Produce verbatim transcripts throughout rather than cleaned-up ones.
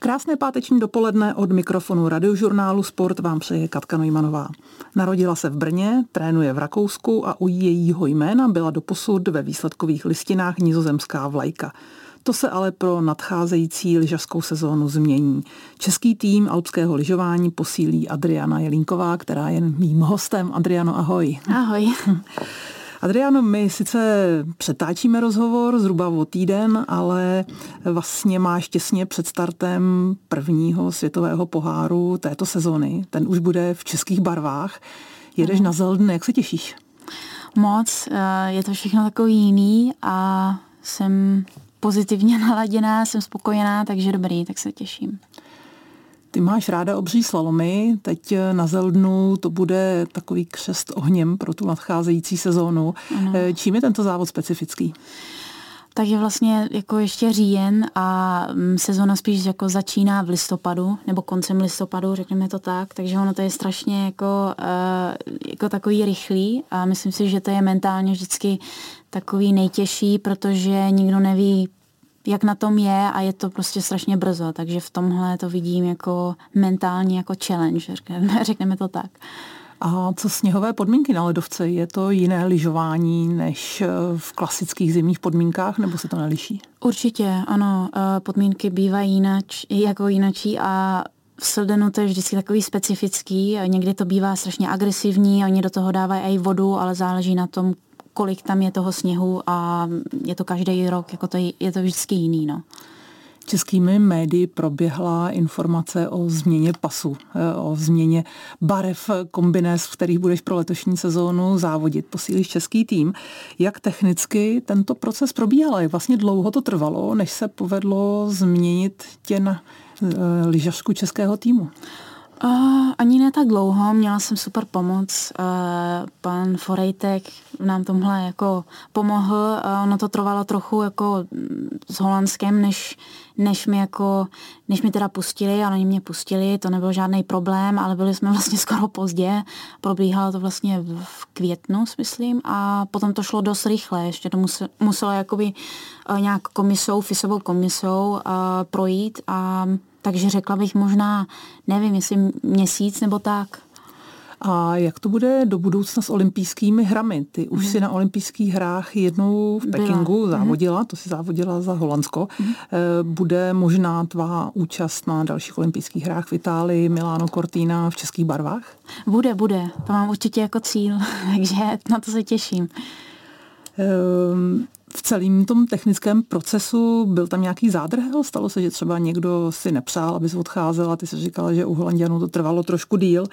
Krásné páteční dopoledne od mikrofonu Radiožurnálu Sport vám přeje Katka Neumannová. Narodila se v Brně, trénuje v Rakousku a u jejího jména byla doposud ve výsledkových listinách nizozemská vlajka. To se ale pro nadcházející lyžařskou sezónu změní. Český tým alpského lyžování posílí Adriana Jelínková, která je mým hostem. Adriano, ahoj. Ahoj. Adriano, my sice přetáčíme rozhovor zhruba o týden, ale vlastně máš těsně před startem prvního světového poháru této sezóny. Ten už bude v českých barvách. Jedeš na Zeldin, jak se těšíš? Moc, je to všechno takový jiný a jsem pozitivně naladěná, jsem spokojená, takže dobrý, tak se těším. Ty máš ráda obří slalomy, teď na Zeldinu to bude takový křest ohněm pro tu nadcházející sezónu. Ano. Čím je tento závod specifický? Tak je vlastně jako ještě říjen a sezóna spíš jako začíná v listopadu, nebo koncem listopadu, řekněme to tak, takže ono to je strašně jako, jako takový rychlý a myslím si, že to je mentálně vždycky takový nejtěžší, protože nikdo neví, jak na tom je a je to prostě strašně brzo, takže v tomhle to vidím jako mentálně jako challenge, řekneme, řekneme to tak. A co sněhové podmínky na ledovce? Je to jiné lyžování než v klasických zimních podmínkách, nebo se to neliší? Určitě, ano. Podmínky bývají jinač, jako jinačí a v Zeldinu to je vždycky takový specifický. Někdy to bývá strašně agresivní, oni do toho dávají i vodu, ale záleží na tom, kolik tam je toho sněhu a je to každý rok, jako to je, je to vždycky jiný, no. Českými médii proběhla informace o změně pasu, o změně barev kombinéz, v kterých budeš pro letošní sezónu závodit. Posílíš český tým. Jak technicky tento proces probíhal? Jak vlastně dlouho to trvalo, než se povedlo změnit tě na lyžařku českého týmu? Uh, ani ne tak dlouho, měla jsem super pomoc. Uh, pan Forejtek nám tomhle jako pomohl. Uh, ono to trvalo trochu jako s Holandskem, než, než mi jako, než mi teda pustili, ale oni mě pustili, to nebyl žádný problém, ale byli jsme vlastně skoro pozdě. Probíhalo to vlastně v květnu, myslím, a potom to šlo dost rychle. Ještě to muselo, muselo jakoby uh, nějak komisou, FISovou komisou uh, projít a takže řekla bych možná, nevím, jestli měsíc nebo tak. A jak to bude do budoucna s olympijskými hrami? Ty už mm. si na olympijských hrách jednou v Pekingu Byla. závodila, mm. to si závodila za Holandsko. Mm. Bude možná tvá účast na dalších olympijských hrách v Itálii, Milano Cortina v českých barvách? Bude, bude. To mám určitě jako cíl, takže na to se těším. Um, V celém tom technickém procesu byl tam nějaký zádrhel? Stalo se, že třeba někdo si nepřál, aby se odcházela? Ty jsi říkala, že u Holanďanů to trvalo trošku díl.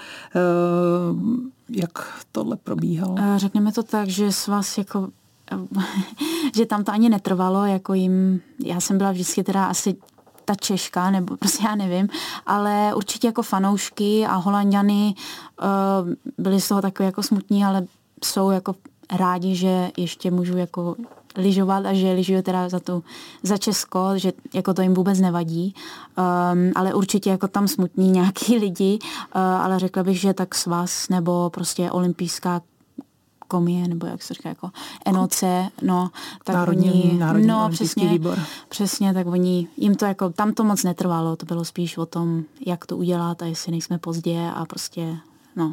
Jak tohle probíhalo? Řekněme to tak, že s vás jako že tam to ani netrvalo, jako jim, já jsem byla vždycky teda asi ta Češka, nebo prostě já nevím, ale určitě jako fanoušky a Holanďany byli z toho takový jako smutní, ale jsou jako rádi, že ještě můžu jako lyžovat a že lyžuju teda za, tu, za Česko, že jako to jim vůbec nevadí. Um, ale určitě jako tam smutní nějaký lidi, uh, ale řekla bych, že tak svaz nebo prostě olympijská komie, nebo jak se říká, jako N O C, no, tak národní, oni, národní no, přesně, výbor. Přesně, tak oni, jim to jako, tam to moc netrvalo, to bylo spíš o tom, jak to udělat a jestli nejsme pozdě a prostě, no.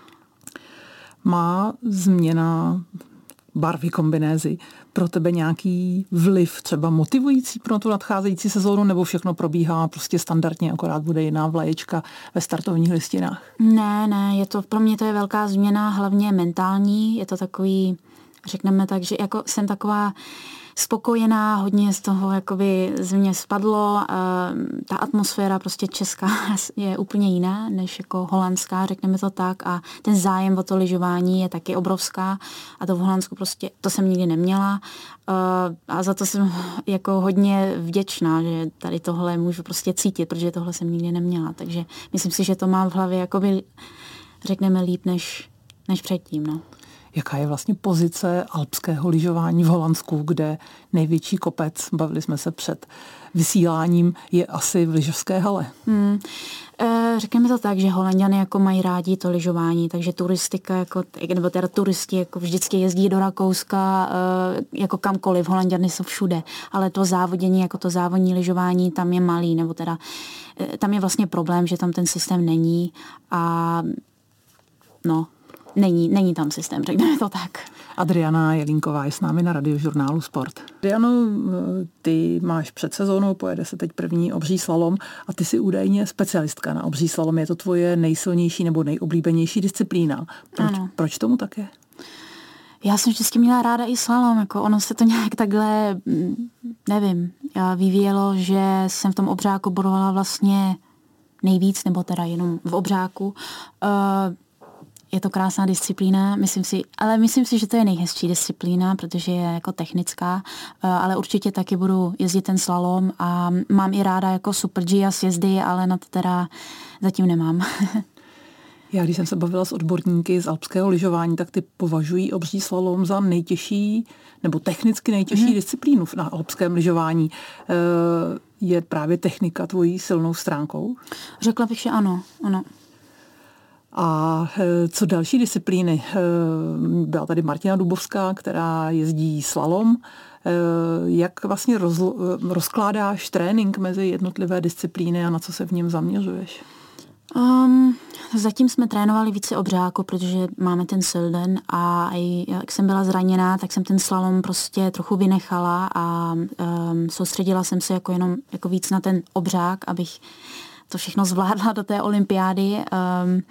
Má změna barvy kombinézy pro tebe nějaký vliv, třeba motivující pro tu nadcházející sezónu, nebo všechno probíhá prostě standardně, akorát bude jiná vlaječka ve startovních listinách? Ne, ne, je to, pro mě to je velká změna, hlavně mentální, je to takový, řekneme tak, že jako jsem taková spokojená, hodně z toho jakoby z mě spadlo. Ta atmosféra prostě česká je úplně jiná než jako holandská, řekneme to tak, a ten zájem o to lyžování je taky obrovská a to v Holandsku prostě, to jsem nikdy neměla a za to jsem jako hodně vděčná, že tady tohle můžu prostě cítit, protože tohle jsem nikdy neměla, takže myslím si, že to mám v hlavě jakoby, řekneme, líp než, než předtím, no. Jaká je vlastně pozice alpského lyžování v Holandsku, kde největší kopec, bavili jsme se před vysíláním, je asi v lyžařské hale? Hmm. E, řekněme to tak, že Holanďany jako mají rádi to lyžování, takže turistika, jako, nebo teda turisti jako vždycky jezdí do Rakouska jako kamkoliv, Holanďany jsou všude, ale to závodění, jako to závodní lyžování, tam je malý, nebo teda tam je vlastně problém, že tam ten systém není a no, není, není tam systém, řekněme to tak. Adriana Jelínková je s námi na Radiožurnálu Sport. Adriano, ty máš před sezónou, pojede se teď první obří slalom a ty jsi údajně specialistka na obří slalom. Je to tvoje nejsilnější nebo nejoblíbenější disciplína. Proč, proč tomu tak je? Já jsem vždycky měla ráda i slalom, jako ono se to nějak takhle, nevím, vyvíjelo, že jsem v tom obřáku bodovala vlastně nejvíc, nebo teda jenom v obřáku. Je to krásná disciplína, myslím si, ale myslím si, že to je nejhezčí disciplína, protože je jako technická, ale určitě taky budu jezdit ten slalom a mám i ráda jako super G a sjezdy, ale na to teda zatím nemám. Já když jsem se bavila s odborníky z alpského lyžování, tak ty považují obří slalom za nejtěžší nebo technicky nejtěžší mm. disciplínu na alpském lyžování. Je právě technika tvojí silnou stránkou? Řekla bych, že ano, ano. A co další disciplíny? Byla tady Martina Dubovská, která jezdí slalom. Jak vlastně rozlo, rozkládáš trénink mezi jednotlivé disciplíny a na co se v něm zaměřuješ? Um, zatím jsme trénovali více obřáku, protože máme ten silden a jak jsem byla zraněná, tak jsem ten slalom prostě trochu vynechala a um, soustředila jsem se jako jenom jako víc na ten obřák, abych to všechno zvládla do té olympiády. Um,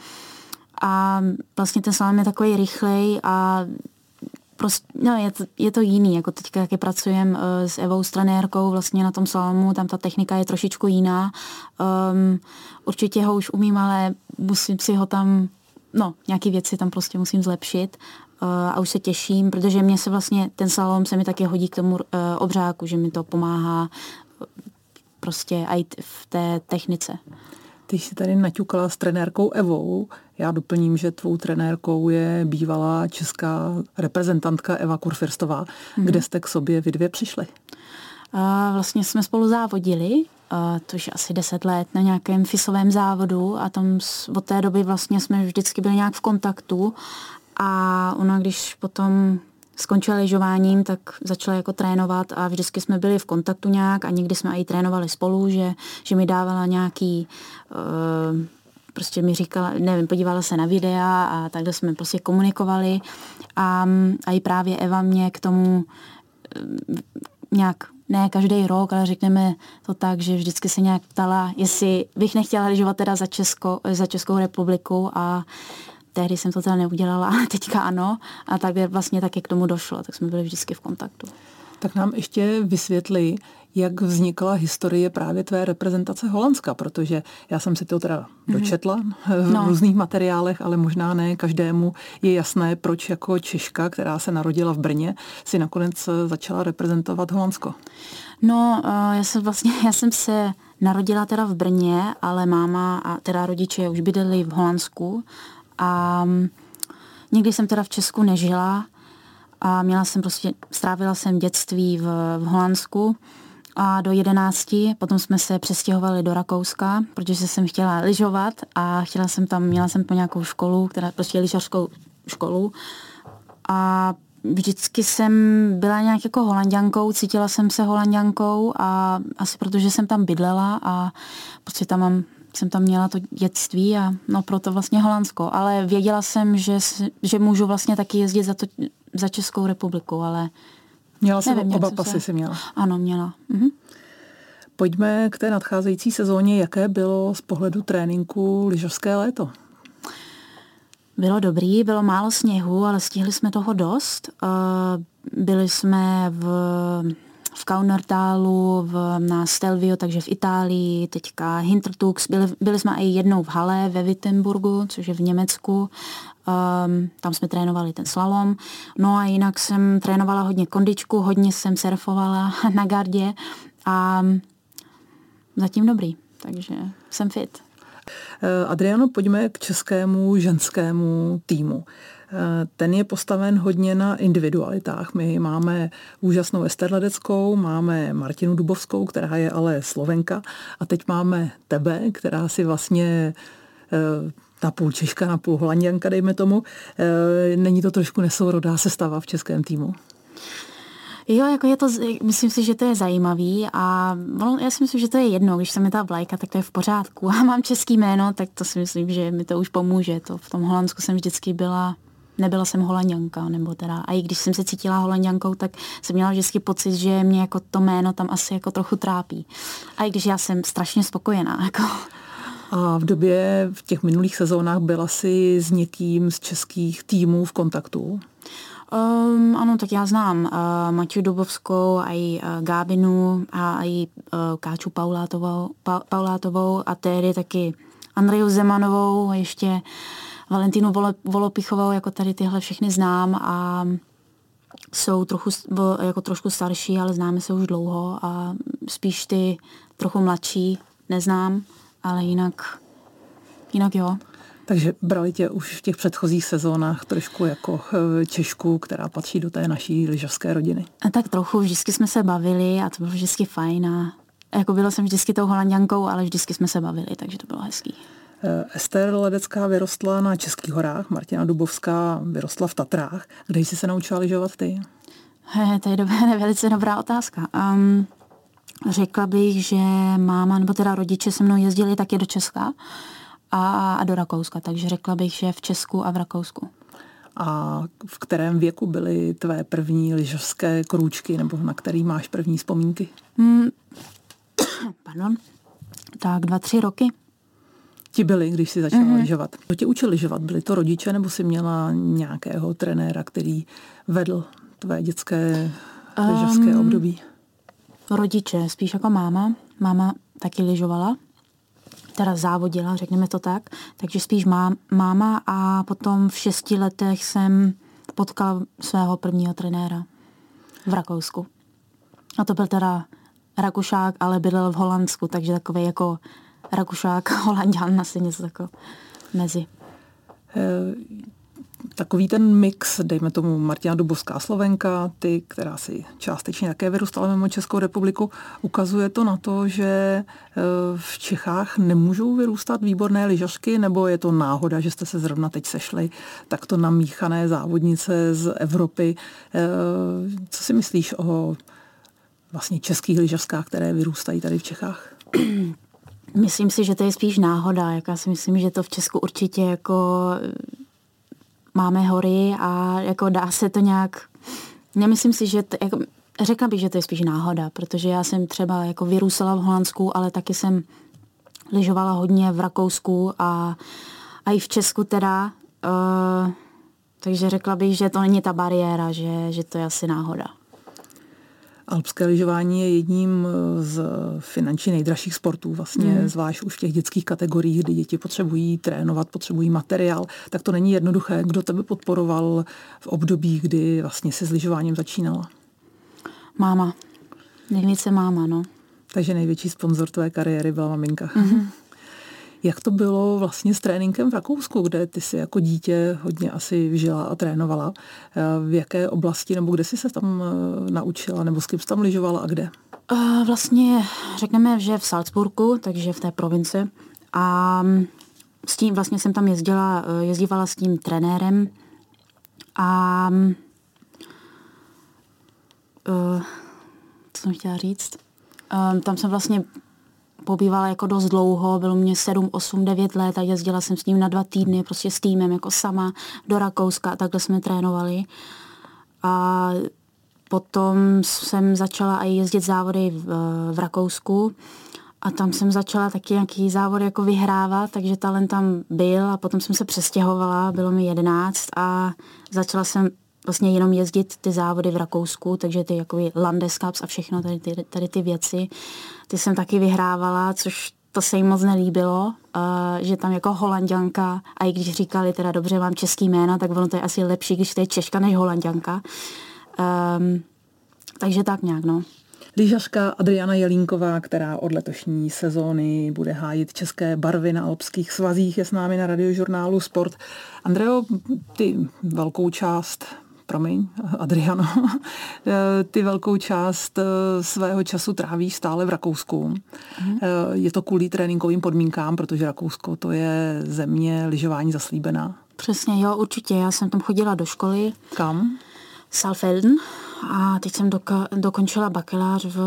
a vlastně ten slalom je takový rychlej a prostě, no, je, to, je to jiný, jako teďka, jak pracujeme uh, s Evou, s trenérkou vlastně na tom slalomu, tam ta technika je trošičku jiná. Um, určitě ho už umím, ale musím si ho tam, no, nějaké věci tam prostě musím zlepšit uh, a už se těším, protože mě se vlastně, ten slalom se mi taky hodí k tomu uh, obřáku, že mi to pomáhá uh, prostě i v té technice. Ty jsi tady naťukala s trenérkou Evou. Já doplním, že tvou trenérkou je bývalá česká reprezentantka Eva Kurfirstová. Mm-hmm. Kde jste k sobě vy dvě přišli? Uh, vlastně jsme spolu závodili, uh, to je asi deset let na nějakém fisovém závodu a tam od té doby vlastně jsme vždycky byli nějak v kontaktu a ona, když potom skončila lyžováním, tak začala jako trénovat a vždycky jsme byli v kontaktu nějak a někdy jsme i trénovali spolu, že, že mi dávala nějaký, uh, prostě mi říkala, nevím, podívala se na videa a takhle jsme prostě komunikovali a, a i právě Eva mě k tomu uh, nějak, ne každý rok, ale řekneme to tak, že vždycky se nějak ptala, jestli bych nechtěla lyžovat teda za, Česko, za Českou republiku a tehdy jsem to teda neudělala, ale teďka ano. A tak vlastně taky k tomu došlo, tak jsme byli vždycky v kontaktu. Tak nám ještě vysvětli, jak vznikla historie právě tvé reprezentace Holandska, protože já jsem si to teda dočetla mm-hmm. v no. různých materiálech, ale možná ne každému je jasné, proč jako Češka, která se narodila v Brně, si nakonec začala reprezentovat Holandsko. No, já jsem vlastně, já jsem se narodila teda v Brně, ale máma a teda rodiče už bydleli v Holandsku. A někdy jsem teda v Česku nežila a měla jsem prostě, strávila jsem dětství v, v Holandsku a do jedenácti, potom jsme se přestěhovali do Rakouska, protože jsem chtěla lyžovat a chtěla jsem tam, měla jsem po nějakou školu, která prostě lyžařskou školu a vždycky jsem byla nějak jako Holanďankou, cítila jsem se Holanďankou a asi protože jsem tam bydlela a prostě tam mám jsem tam měla to dětství a no proto vlastně Holandsko, ale věděla jsem, že, že můžu vlastně taky jezdit za, to, za Českou republiku, ale měla jsem nevím, oba pasy se... si měla. Ano, měla. Mhm. Pojďme k té nadcházející sezóně. Jaké bylo z pohledu tréninku lyžařské léto? Bylo dobrý, bylo málo sněhu, ale stihli jsme toho dost. Byli jsme v v Kaunertálu, v, na Stelvio, takže v Itálii, teďka Hintertux. Byli, byli jsme i jednou v Halle ve Wittenburgu, což je v Německu. Um, tam jsme trénovali ten slalom. No a jinak jsem trénovala hodně kondičku, hodně jsem surfovala na gardě a zatím dobrý, takže jsem fit. Adriano, pojďme k českému ženskému týmu. Ten je postaven hodně na individualitách. My máme úžasnou Ester Ledeckou, máme Martinu Dubovskou, která je ale Slovenka, a teď máme tebe, která si vlastně na půl Češka, na půl Holanďanka, dejme tomu. Není to trošku nesourodá sestava v českém týmu? Jo, jako je to, myslím si, že to je zajímavý a no, já si myslím, že to je jedno, když se mi ta vlajka, tak to je v pořádku. A mám český jméno, tak to si myslím, že mi to už pomůže. To v tom Holandsku jsem vždycky byla, nebyla jsem Holanďanka, nebo teda, a i když jsem se cítila Holanďankou, tak jsem měla vždycky pocit, že mě jako to jméno tam asi jako trochu trápí. A i když já jsem strašně spokojená, jako... A v době, v těch minulých sezónách byla jsi s někým z českých týmů v kontaktu? Um, ano, tak já znám uh, Maťu Dubovskou, a i uh, Gábinu a i uh, Káču Paulátovou, pa, Paulátovou a tedy taky Andreju Zemanovou a ještě Valentínu Volopichovou, jako tady tyhle všechny znám a jsou trochu, jako trošku starší, ale známe se už dlouho a spíš ty trochu mladší neznám, ale jinak, jinak jo. Takže brali tě už v těch předchozích sezónách trošku jako Češku, která patří do té naší lyžařské rodiny? A tak trochu, vždycky jsme se bavili a to bylo vždycky fajn a jako byla jsem vždycky tou Holanďankou, ale vždycky jsme se bavili, takže to bylo hezký. Ester Ledecká vyrostla na Českých horách, Martina Dubovská vyrostla v Tatrách. Kde jsi se naučila lyžovat ty? He, to je dobrá, velice dobrá otázka. Um, řekla bych, že máma, nebo teda rodiče se mnou jezdili taky do Česka a, a do Rakouska, takže řekla bych, že v Česku a v Rakousku. A v kterém věku byly tvé první lyžařské krůčky, nebo na který máš první vzpomínky? Hmm, pardon. Tak dva, tři roky. Ti byli, když jsi začala mm-hmm. lyžovat. Kdo tě učil lyžovat? Byli to rodiče, nebo jsi měla nějakého trenéra, který vedl tvé dětské lyžařské um, období? Rodiče, spíš jako máma. Máma taky lyžovala, teda závodila, řekněme to tak. Takže spíš má, máma a potom v šesti letech jsem potkala svého prvního trenéra v Rakousku. A to byl teda Rakušák, ale bydlel v Holandsku, takže takový jako Rakušák, Holanďan, asi něco takového mezi. E, takový ten mix, dejme tomu Martina Dubovská Slovenka, ty, která si částečně také vyrůstala mimo Českou republiku, ukazuje to na to, že v Čechách nemůžou vyrůstat výborné lyžařky, nebo je to náhoda, že jste se zrovna teď sešli takto namíchané závodnice z Evropy. E, co si myslíš o vlastně českých lyžařkách, které vyrůstají tady v Čechách? Myslím si, že to je spíš náhoda. Já si myslím, že to v Česku určitě jako máme hory a jako dá se to nějak... Nemyslím si, že to, jako, řekla bych, že to je spíš náhoda, protože já jsem třeba jako vyrůstala v Holandsku, ale taky jsem lyžovala hodně v Rakousku a, a i v Česku teda. Uh, takže řekla bych, že to není ta bariéra, že, že to je asi náhoda. Alpské lyžování je jedním z finančně nejdražších sportů, vlastně mm. zvlášť už v těch dětských kategoriích, kdy děti potřebují trénovat, potřebují materiál, tak to není jednoduché. Kdo tebe podporoval v období, kdy vlastně se s lyžováním začínala? Máma. Nejvíce máma, no. Takže největší sponzor tvé kariéry byla maminka. Mm-hmm. Jak to bylo vlastně s tréninkem v Rakousku, kde ty si jako dítě hodně asi žila a trénovala? V jaké oblasti nebo kde jsi se tam naučila nebo s kým jsi tam lyžovala a kde? Vlastně řekneme, že v Salzburgu, takže v té provinci. A s tím vlastně jsem tam jezdila, jezdívala s tím trenérem a co jsem chtěla říct? Tam jsem vlastně pobývala jako dost dlouho, bylo mě sedm, osm, devět let a jezdila jsem s ním na dva týdny, prostě s týmem jako sama do Rakouska a takhle jsme trénovali. A potom jsem začala i jezdit závody v, v Rakousku a tam jsem začala taky nějaký závod jako vyhrávat, takže talent tam byl a potom jsem se přestěhovala, bylo mi jedenáct a začala jsem vlastně jenom jezdit ty závody v Rakousku, takže ty jako Landescups a všechno, tady ty, tady ty věci, ty jsem taky vyhrávala, což to se jim moc nelíbilo, uh, že tam jako Holanďanka, a i když říkali teda dobře, mám český jména, tak ono to je asi lepší, když to je Češka než Holanďanka. Um, takže tak nějak, no. Lyžařka Adriana Jelínková, která od letošní sezóny bude hájit české barvy na alpských svazích, je s námi na Radiožurnálu Sport. Andreo, ty velkou část, promiň, Adriano, ty velkou část svého času trávíš stále v Rakousku. Mm. Je to kvůli tréninkovým podmínkám, protože Rakousko to je země lyžování zaslíbená. Přesně, jo, určitě. Já jsem tam chodila do školy. Kam? Saalfelden. A teď jsem doka- dokončila bakalář v,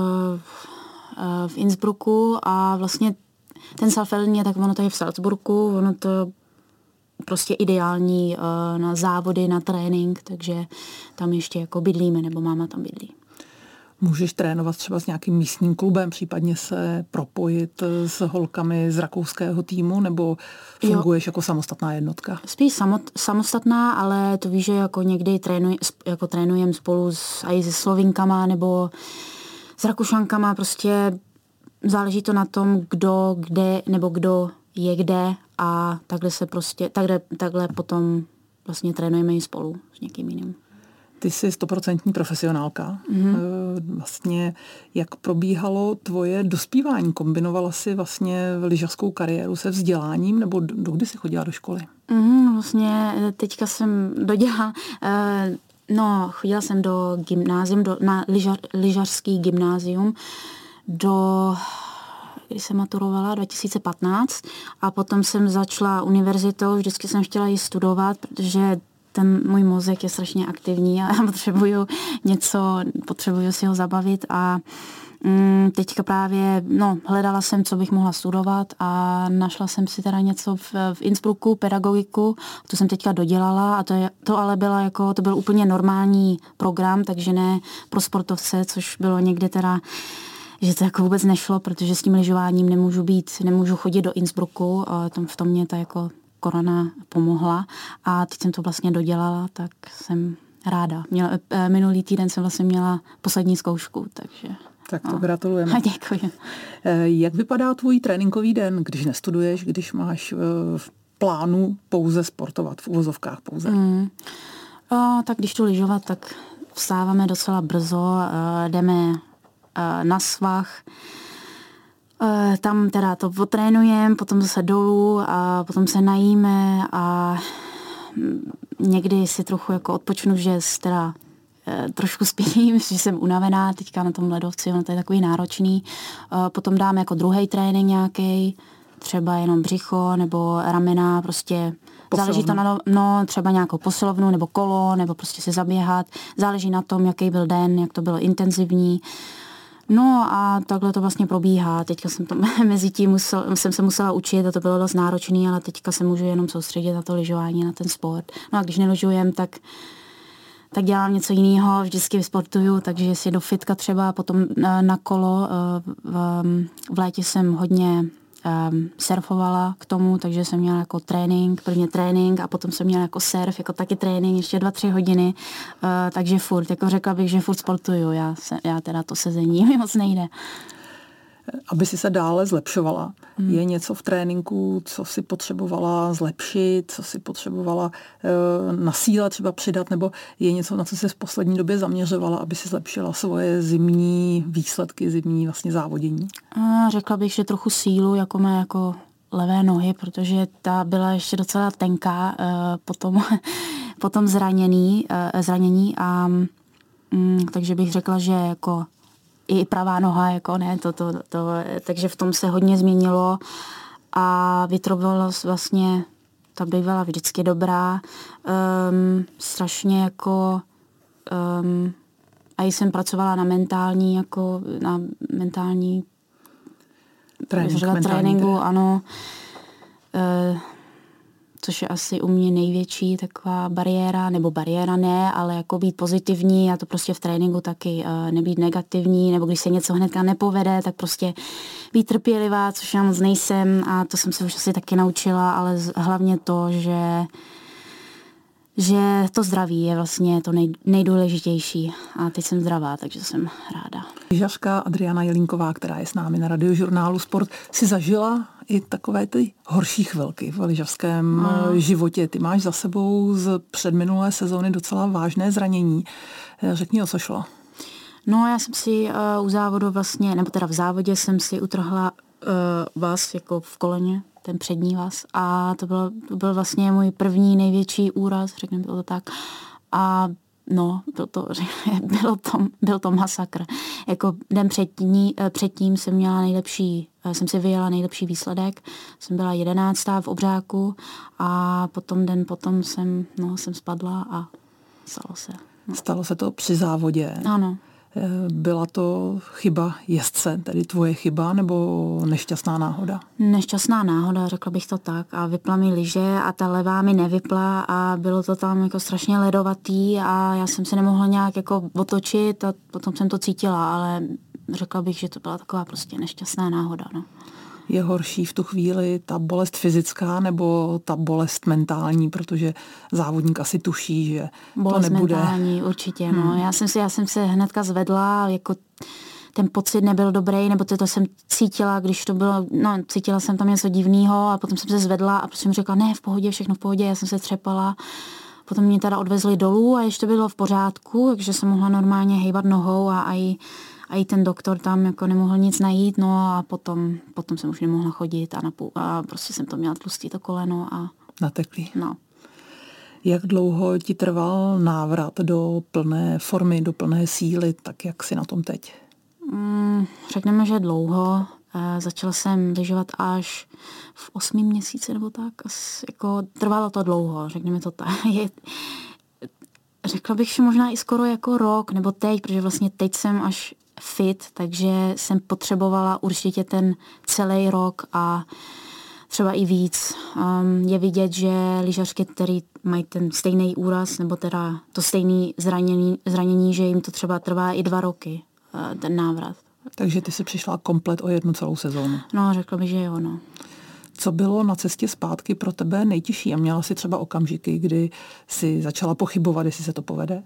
v Innsbrucku a vlastně ten Saalfelden je tak, ono to je v Salzburgu, ono to prostě ideální uh, na závody, na trénink, takže tam ještě jako bydlíme, nebo máma tam bydlí. Můžeš trénovat třeba s nějakým místním klubem, případně se propojit s holkami z rakouského týmu, nebo funguješ jo. jako samostatná jednotka? Spíš samot, samostatná, ale to víš, že jako někdy trénuj, jako trénujem spolu s, i se Slovinkama nebo s Rakušankama, prostě záleží to na tom, kdo, kde, nebo kdo je kde a takhle se prostě, takhle, takhle potom vlastně trénujeme i spolu s někým jiným. Ty jsi stoprocentní profesionálka. Mm-hmm. Vlastně jak probíhalo tvoje dospívání? Kombinovala jsi vlastně lyžařskou kariéru se vzděláním, nebo do kdy jsi chodila do školy? Mm, vlastně teďka jsem dodělala, no chodila jsem do gymnázium, do, na lyžař, lyžařský gymnázium do, když jsem maturovala, dva tisíce patnáct a potom jsem začala univerzitou, vždycky jsem chtěla jít studovat, protože ten můj mozek je strašně aktivní a já potřebuju něco, potřebuju si ho zabavit a mm, teďka právě, no, hledala jsem, co bych mohla studovat a našla jsem si teda něco v, v Innsbrucku, pedagogiku, to jsem teďka dodělala a to, je, to ale byla jako, to byl úplně normální program, takže ne pro sportovce, což bylo někde teda, že to jako vůbec nešlo, protože s tím lyžováním nemůžu být, nemůžu chodit do Innsbrucku, a tom, v tom mě ta jako korona pomohla a teď jsem to vlastně dodělala, tak jsem ráda. Měla, minulý týden jsem vlastně měla poslední zkoušku, takže... Tak to no. Gratulujeme. A děkuji. Jak vypadá tvůj tréninkový den, když nestuduješ, když máš v plánu pouze sportovat, v uvozovkách pouze? Mm. O, tak když tu lyžovat, tak vstáváme docela brzo, jdeme na svah, tam teda to otrénujeme, potom zase dolů a potom se najíme a někdy si trochu jako odpočnu, že teda trošku spím, že jsem unavená teďka na tom ledovci, ono to je takový náročný. Potom dáme jako druhý trénink nějaký, třeba jenom břicho nebo ramena, prostě posilovnu. Záleží to na, no, třeba nějakou posilovnu nebo kolo, nebo prostě se zaběhat. Záleží na tom, jaký byl den, jak to bylo intenzivní. No a takhle to vlastně probíhá. Teďka jsem to mezi tím musel, jsem se musela učit a to bylo dost náročný, ale teďka se můžu jenom soustředit na to lyžování, na ten sport. No a když nelyžujem, tak, tak dělám něco jiného, vždycky sportuju, takže si do fitka třeba, potom na, na kolo. V, v létě jsem hodně um, surfovala k tomu, takže jsem měla jako trénink, prvně trénink a potom jsem měla jako surf, jako taky trénink, ještě dva, tři hodiny, uh, takže furt, jako řekla bych, že furt sportuju, já, se, já teda to sezení mi moc nejde. Aby si se dále zlepšovala. Hmm. Je něco v tréninku, co si potřebovala zlepšit, co si potřebovala e, na síle třeba přidat, nebo je něco, na co se v poslední době zaměřovala, aby si zlepšila svoje zimní výsledky, zimní vlastně závodění? A řekla bych, že trochu sílu, jako má jako levé nohy, protože ta byla ještě docela tenká e, potom, potom zraněný, e, zranění a mm, takže bych řekla, že jako i pravá noha, jako ne, to, to, to, takže v tom se hodně změnilo a vytrvalost vlastně, ta bývala vždycky dobrá, um, strašně jako, um, a jsem pracovala na mentální, jako na mentální Trénink, mentální tréninku, ano, uh, což je asi u mě největší taková bariéra, nebo bariéra ne, ale jako být pozitivní a to prostě v tréninku taky uh, nebýt negativní, nebo když se něco hnedka nepovede, tak prostě být trpělivá, což já moc nejsem a to jsem se už asi taky naučila, ale z, hlavně to, že že to zdraví je vlastně to nej, nejdůležitější a teď jsem zdravá, takže jsem ráda. Lyžařka Adriana Jelínková, která je s námi na Radiožurnálu Sport, si zažila i takové ty horší chvilky v lyžařském no. životě. Ty máš za sebou z předminulé sezóny docela vážné zranění. Řekni, o co šlo? No já jsem si uh, u závodu vlastně, nebo teda v závodě jsem si utrhla uh, vaz jako v koleně, ten přední vaz a to byl, to byl vlastně můj první největší úraz, řekněme to tak. A no, byl to, bylo to, byl to masakr. Jako den předtím, předtím jsem měla nejlepší, jsem si vyjela nejlepší výsledek. Jsem byla jedenáctá v obřáku a potom den potom jsem, no, jsem spadla a stalo se. No. Stalo se to při závodě? Ano. Byla to chyba jezdce, tedy tvoje chyba, nebo nešťastná náhoda? Nešťastná náhoda, řekla bych to tak. A vypla mi lyže a ta levá mi nevypla a bylo to tam jako strašně ledovatý a já jsem se nemohla nějak jako otočit a potom jsem to cítila, ale řekla bych, že to byla taková prostě nešťastná náhoda. No. Je horší v tu chvíli ta bolest fyzická nebo ta bolest mentální, protože závodník asi tuší, že bolest to nebude. Mentální, určitě, hmm. no. Já jsem si, já jsem se hnedka zvedla, jako ten pocit nebyl dobrý, nebo to, to jsem cítila, když to bylo, no cítila jsem tam něco divného a potom jsem se zvedla a prostě mi řekla, ne, v pohodě, všechno v pohodě, já jsem se třepala. Potom mě teda odvezli dolů a ještě bylo v pořádku, takže jsem mohla normálně hejbat nohou a i A i ten doktor tam jako nemohl nic najít, no a potom, potom jsem už nemohla chodit a, napů, a prostě jsem to měla tlustý to koleno a... Nateklý. No. Jak dlouho ti trval návrat do plné formy, do plné síly, tak jak jsi na tom teď? Mm, řekneme, že dlouho. E, začala jsem lyžovat až v osmém měsíci nebo tak. As, jako, trvalo to dlouho, řekněme to tak. Je, řekla bych, že možná i skoro jako rok, nebo teď, protože vlastně teď jsem až fit, takže jsem potřebovala určitě ten celý rok a třeba i víc. Um, je vidět, že lyžařky, které mají ten stejný úraz, nebo teda to stejné zranění, zranění, že jim to třeba trvá i dva roky, uh, ten návrat. Takže ty jsi přišla komplet o jednu celou sezónu. No, řekla bych, že jo, no. Co bylo na cestě zpátky pro tebe nejtěžší? A měla jsi třeba okamžiky, kdy jsi začala pochybovat, jestli se to povede?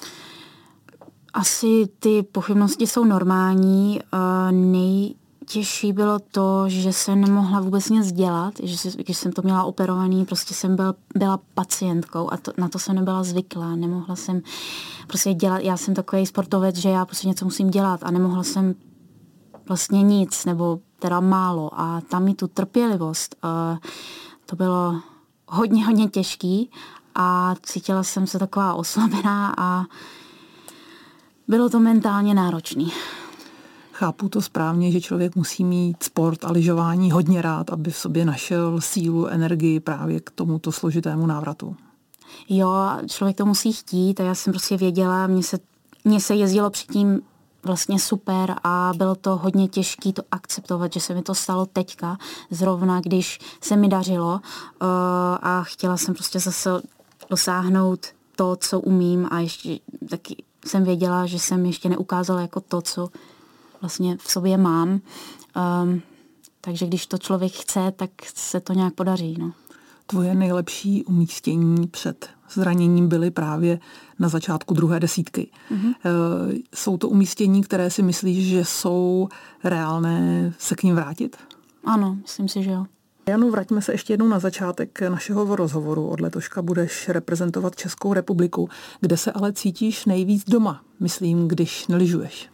Asi ty pochybnosti jsou normální. Nejtěžší bylo to, že jsem nemohla vůbec nic dělat, že když jsem to měla operovaný, prostě jsem byl, byla pacientkou a to, na to jsem nebyla zvyklá. Nemohla jsem prostě dělat, já jsem takový sportovec, že já prostě něco musím dělat a nemohla jsem vlastně nic, nebo teda málo. A tam mi tu trpělivost, to bylo hodně, hodně těžký a cítila jsem se taková oslabená a bylo to mentálně náročný. Chápu to správně, že člověk musí mít sport a lyžování hodně rád, aby v sobě našel sílu, energii právě k tomuto složitému návratu. Jo, člověk to musí chtít a já jsem prostě věděla, mně se, mně se jezdilo předtím vlastně super a bylo to hodně těžké to akceptovat, že se mi to stalo teďka, zrovna když se mi dařilo uh, a chtěla jsem prostě zase dosáhnout to, co umím a ještě taky jsem věděla, že jsem ještě neukázala jako to, co vlastně v sobě mám. Um, takže když to člověk chce, tak se to nějak podaří. No. Tvoje nejlepší umístění před zraněním byly právě na začátku druhé desítky. Mm-hmm. Jsou to umístění, které si myslíš, že jsou reálné se k ním vrátit? Ano, myslím si, že jo. Janu, vraťme se ještě jednou na začátek našeho rozhovoru. Od letoška budeš reprezentovat Českou republiku. Kde se ale cítíš nejvíc doma, myslím, když nelyžuješ?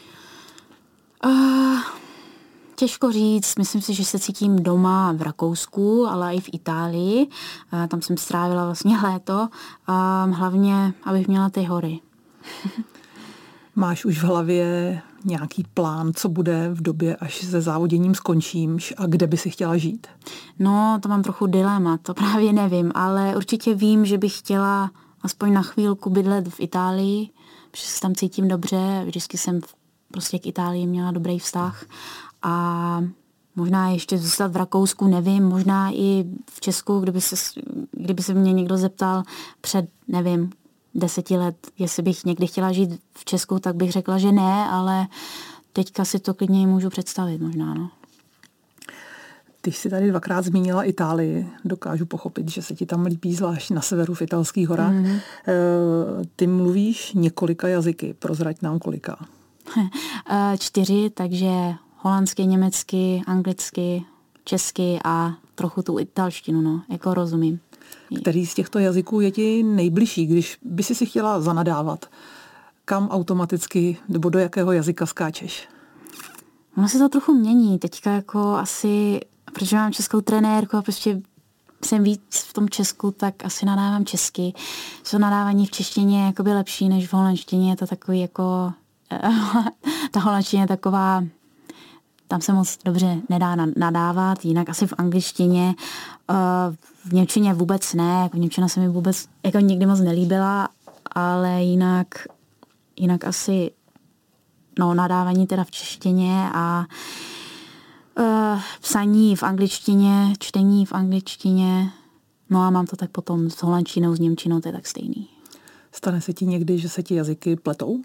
Uh, těžko říct. Myslím si, že se cítím doma v Rakousku, ale i v Itálii. Uh, tam jsem strávila vlastně léto. Uh, hlavně, abych měla ty hory. Máš už v hlavě nějaký plán, co bude v době, až se závoděním skončíš a kde by si chtěla žít? No, to mám trochu dilema, to právě nevím, ale určitě vím, že bych chtěla aspoň na chvílku bydlet v Itálii, protože se tam cítím dobře, vždycky jsem prostě k Itálii měla dobrý vztah a možná ještě zůstat v Rakousku, nevím, možná i v Česku, kdyby se, kdyby se mě někdo zeptal před, nevím, deseti let, jestli bych někdy chtěla žít v Česku, tak bych řekla, že ne, ale teďka si to klidně můžu představit možná, no. Ty jsi tady dvakrát zmínila Itálii. Dokážu pochopit, že se ti tam líbí, zvlášť na severu v italských horách. Mm-hmm. Ty mluvíš několika jazyky. Prozrať nám kolika. Čtyři, takže holandsky, německy, anglicky, česky a trochu tu italštinu, no, jako rozumím. Který z těchto jazyků je ti nejbližší, když by si si chtěla zanadávat? kam automaticky, nebo do jakého jazyka skáčeš? Ono se to trochu mění. Teďka jako asi, protože mám českou trenérku a prostě jsem víc v tom Česku, tak asi nadávám česky. Co nadávání v češtině je jakoby lepší než v holandštině. Je to takový jako... ta holandština je taková... Tam se moc dobře nedá nadávat, jinak asi v angličtině. V němčině vůbec ne, jako němčina se mi vůbec jako nikdy moc nelíbila, ale jinak, jinak asi no, nadávání teda v češtině a uh, psaní v angličtině, čtení v angličtině. No a mám to tak potom s holandštinou, s němčinou, to je tak stejný. Stane se ti někdy, že se ti jazyky pletou?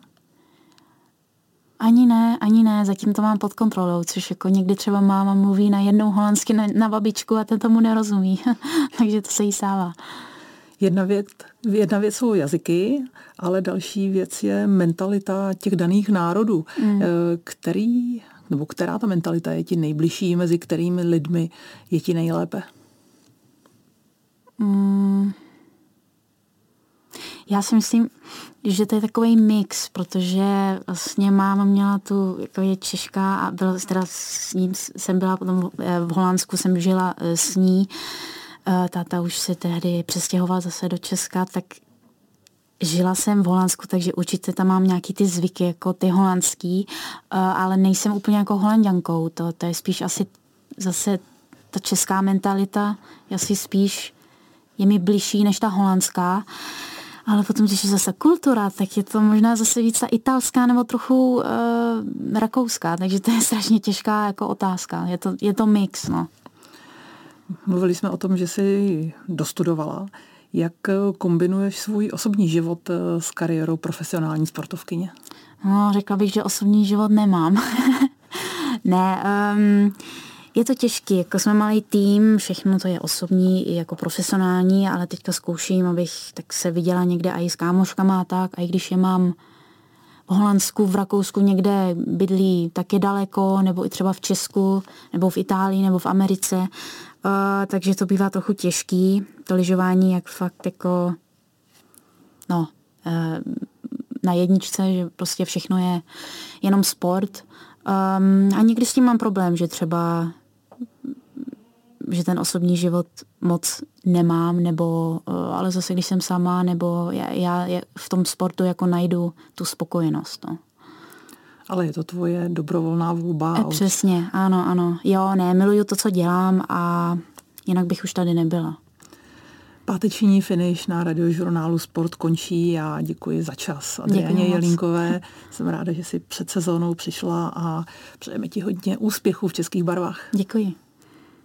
Ani ne, ani ne, zatím to mám pod kontrolou, což jako někdy třeba máma mluví na jednou holandsky na, na babičku a ten tomu nerozumí, takže to se jí stává. Jedna věc, jedna věc jsou jazyky, ale další věc je mentalita těch daných národů, mm. který, nebo která ta mentalita je ti nejbližší, mezi kterými lidmi je ti nejlépe? Mm. Já si myslím, že to je takový mix, protože vlastně máma měla tu, jako je Češka a byla, teda s ním jsem byla potom v Holandsku, jsem žila s ní. Táta už se tehdy přestěhoval zase do Česka, tak žila jsem v Holandsku, takže určitě tam mám nějaký ty zvyky, jako ty holandský, ale nejsem úplně jako holanďankou. To, to je spíš asi zase ta česká mentalita, asi spíš je mi bližší než ta holandská. Ale potom, když je zase kultura, tak je to možná zase víc ta italská nebo trochu uh, rakouská, takže to je strašně těžká jako otázka. Je to, je to mix, no. Mluvili jsme o tom, že jsi dostudovala. Jak kombinuješ svůj osobní život s kariérou profesionální sportovkyně? No, řekla bych, že osobní život nemám. ne, um, je to těžký, jako jsme malý tým, všechno to je osobní i jako profesionální, ale teďka zkouším, abych tak se viděla někde i s kámoškama a tak, a i když je mám v Holandsku, v Rakousku někde bydlí taky daleko, nebo i třeba v Česku, nebo v Itálii, nebo v Americe, uh, takže to bývá trochu těžký, to lyžování, jak fakt jako no, uh, na jedničce, že prostě všechno je jenom sport. Um, a někdy s tím mám problém, že třeba že ten osobní život moc nemám, nebo, ale zase když jsem sama, nebo já, já v tom sportu jako najdu tu spokojenost. No. Ale je to tvoje dobrovolná volba. E, přesně, ano, ano. Jo, ne, miluju to, co dělám a jinak bych už tady nebyla. Páteční finish na Radiožurnálu Sport končí. Já děkuji za čas Adriáně Jelínkové. Jsem ráda, že jsi před sezónou přišla a přejeme ti hodně úspěchů v českých barvách. Děkuji.